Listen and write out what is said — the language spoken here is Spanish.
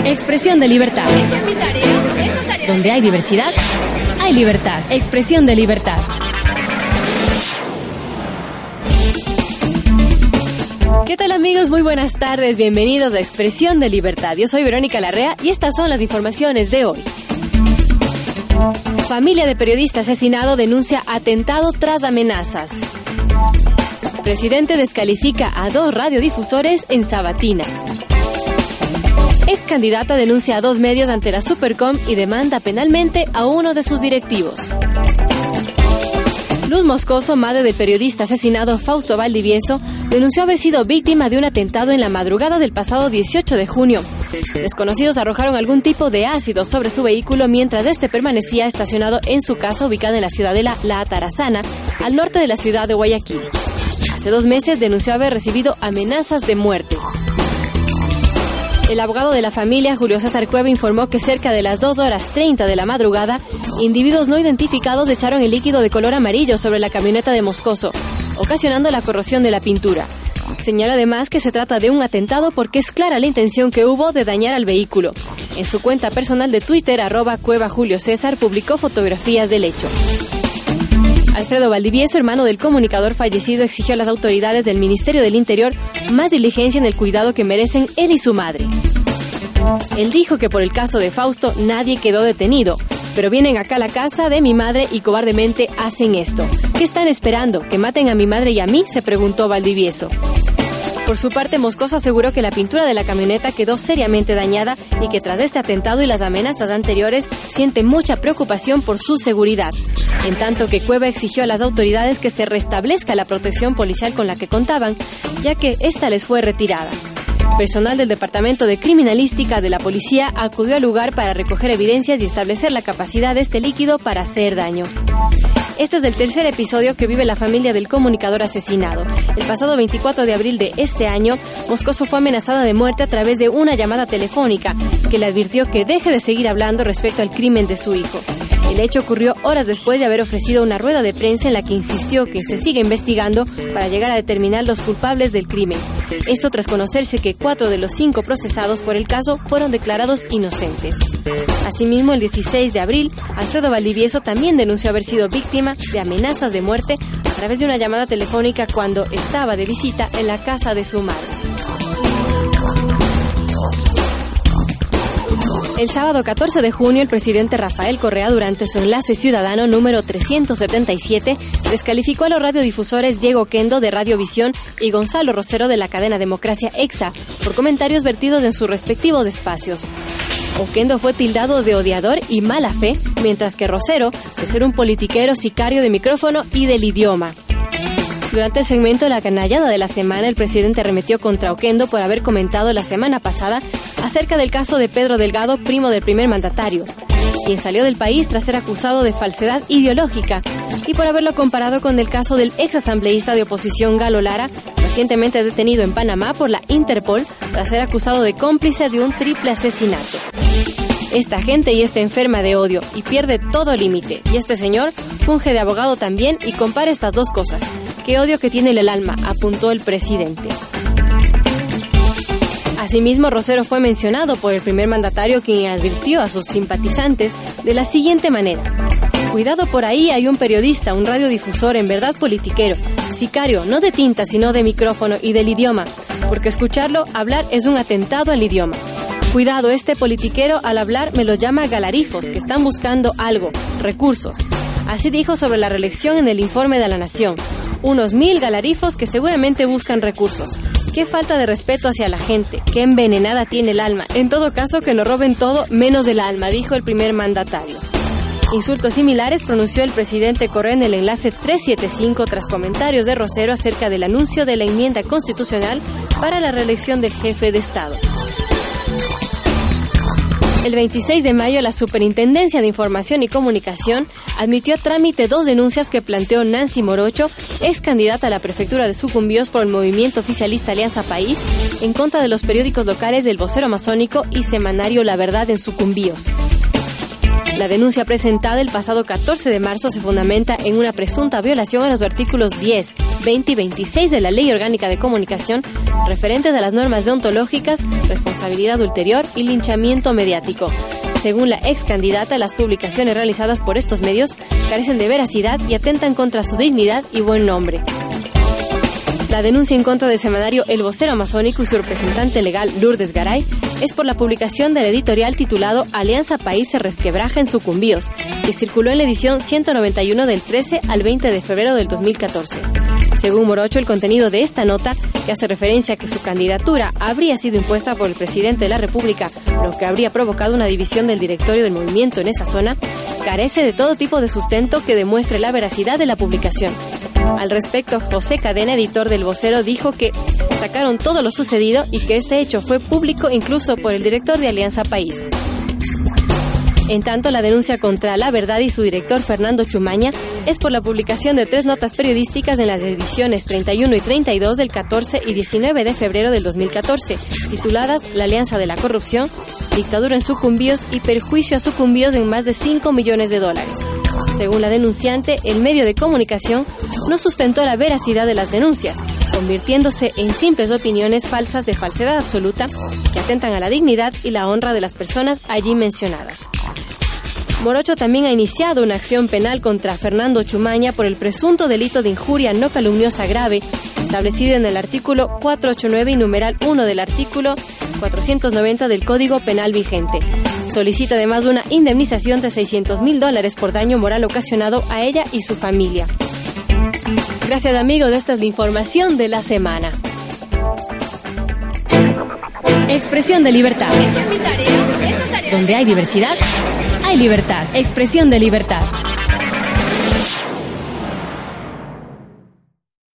Expresión de libertad. Esa es mi tarea. Esa tarea. Donde hay diversidad, hay libertad. Expresión de libertad. ¿Qué tal, amigos? Muy buenas tardes. Bienvenidos a Expresión de Libertad. Yo soy Verónica Larrea y estas son las informaciones de hoy. Familia de periodista asesinado denuncia atentado tras amenazas. Presidente descalifica a 2 radiodifusores en Sabatina. Ex candidata denuncia a 2 medios ante la Supercom y demanda penalmente a uno de sus directivos. Luz Moscoso, madre del periodista asesinado Fausto Valdivieso, denunció haber sido víctima de un atentado en la madrugada del pasado 18 de junio. Desconocidos arrojaron algún tipo de ácido sobre su vehículo mientras este permanecía estacionado en su casa ubicada en la ciudadela La Atarazana, al norte de la ciudad de Guayaquil. Hace 2 meses denunció haber recibido amenazas de muerte. El abogado de la familia, Julio César Cueva, informó que cerca de las 2:30 de la madrugada, individuos no identificados echaron el líquido de color amarillo sobre la camioneta de Moscoso, ocasionando la corrosión de la pintura. Señala además que se trata de un atentado porque es clara la intención que hubo de dañar al vehículo. En su cuenta personal de Twitter, @CuevaJulioCésar, publicó fotografías del hecho. Alfredo Valdivieso, hermano del comunicador fallecido, exigió a las autoridades del Ministerio del Interior más diligencia en el cuidado que merecen él y su madre. Él dijo que por el caso de Fausto nadie quedó detenido, pero vienen acá a la casa de mi madre y cobardemente hacen esto. ¿Qué están esperando? ¿Que maten a mi madre y a mí?, se preguntó Valdivieso. Por su parte, Moscoso aseguró que la pintura de la camioneta quedó seriamente dañada y que tras este atentado y las amenazas anteriores siente mucha preocupación por su seguridad. En tanto que Cueva exigió a las autoridades que se restablezca la protección policial con la que contaban, ya que esta les fue retirada. Personal del Departamento de Criminalística de la Policía acudió al lugar para recoger evidencias y establecer la capacidad de este líquido para hacer daño. Este es el tercer episodio que vive la familia del comunicador asesinado. El pasado 24 de abril de este año, Moscoso fue amenazada de muerte a través de una llamada telefónica que le advirtió que deje de seguir hablando respecto al crimen de su hijo. El hecho ocurrió horas después de haber ofrecido una rueda de prensa en la que insistió que se sigue investigando para llegar a determinar los culpables del crimen. Esto tras conocerse que 4 de los 5 procesados por el caso fueron declarados inocentes. Asimismo, el 16 de abril, Alfredo Valdivieso también denunció haber sido víctima de amenazas de muerte a través de una llamada telefónica cuando estaba de visita en la casa de su madre. El sábado 14 de junio, el presidente Rafael Correa, durante su enlace ciudadano número 377, descalificó a los radiodifusores Diego Oquendo de Radiovisión y Gonzalo Rosero de la cadena Democracia EXA por comentarios vertidos en sus respectivos espacios. Oquendo fue tildado de odiador y mala fe, mientras que Rosero de ser un politiquero sicario de micrófono y del idioma. Durante el segmento La Canallada de la Semana, el presidente arremetió contra Oquendo por haber comentado la semana pasada acerca del caso de Pedro Delgado, primo del primer mandatario, quien salió del país tras ser acusado de falsedad ideológica, y por haberlo comparado con el caso del exasambleísta de oposición Galo Lara, recientemente detenido en Panamá por la Interpol tras ser acusado de cómplice de un triple asesinato. Esta gente y está enferma de odio y pierde todo límite, y este señor funge de abogado también y compara estas 2 cosas. ¡Qué odio que tiene el alma!, apuntó el presidente. Asimismo, Rosero fue mencionado por el primer mandatario, quien advirtió a sus simpatizantes de la siguiente manera: cuidado, por ahí hay un periodista, un radiodifusor, en verdad politiquero, sicario, no de tinta sino de micrófono y del idioma, porque escucharlo hablar es un atentado al idioma. Cuidado, este politiquero al hablar me lo llama galarifos, que están buscando algo, recursos. Así dijo sobre la reelección en el informe de La Nación. Unos 1000 galarifos que seguramente buscan recursos. Qué falta de respeto hacia la gente, qué envenenada tiene el alma. En todo caso, que nos roben todo menos del alma, dijo el primer mandatario. Insultos similares pronunció el presidente Correa en el enlace 375 tras comentarios de Rosero acerca del anuncio de la enmienda constitucional para la reelección del jefe de Estado. El 26 de mayo, la Superintendencia de Información y Comunicación admitió a trámite 2 denuncias que planteó Nancy Morocho, ex candidata a la prefectura de Sucumbíos por el movimiento oficialista Alianza País, en contra de los periódicos locales del Vocero Amazónico y semanario La Verdad en Sucumbíos. La denuncia presentada el pasado 14 de marzo se fundamenta en una presunta violación a los artículos 10, 20 y 26 de la Ley Orgánica de Comunicación referentes a las normas deontológicas, responsabilidad ulterior y linchamiento mediático. Según la ex candidata, las publicaciones realizadas por estos medios carecen de veracidad y atentan contra su dignidad y buen nombre. La denuncia en contra del semanario El Vocero Amazónico y su representante legal Lourdes Garay es por la publicación del editorial titulado Alianza País se resquebraja en Sucumbíos, que circuló en la edición 191 del 13 al 20 de febrero del 2014. Según Morocho, el contenido de esta nota, que hace referencia a que su candidatura habría sido impuesta por el presidente de la República, lo que habría provocado una división del directorio del movimiento en esa zona, carece de todo tipo de sustento que demuestre la veracidad de la publicación. Al respecto, José Cadena, editor del Vocero, dijo que sacaron todo lo sucedido y que este hecho fue público incluso por el director de Alianza País. En tanto, la denuncia contra La Verdad y su director Fernando Chumaña es por la publicación de 3 notas periodísticas en las ediciones 31 y 32 del 14 y 19 de febrero del 2014, tituladas La Alianza de la Corrupción, Dictadura en Sucumbíos y Perjuicio a Sucumbíos en más de $5 millones. Según la denunciante, el medio de comunicación no sustentó la veracidad de las denuncias, convirtiéndose en simples opiniones falsas de falsedad absoluta que atentan a la dignidad y la honra de las personas allí mencionadas. Morocho también ha iniciado una acción penal contra Fernando Chumaña por el presunto delito de injuria no calumniosa grave, establecido en el artículo 489 y numeral 1 del artículo 490 del Código Penal vigente. Solicita además una indemnización de $600,000 por daño moral ocasionado a ella y su familia. Gracias, amigos, esta es la información de la semana. Expresión de libertad. Esa es mi tarea. Donde hay diversidad, hay libertad. Expresión de libertad.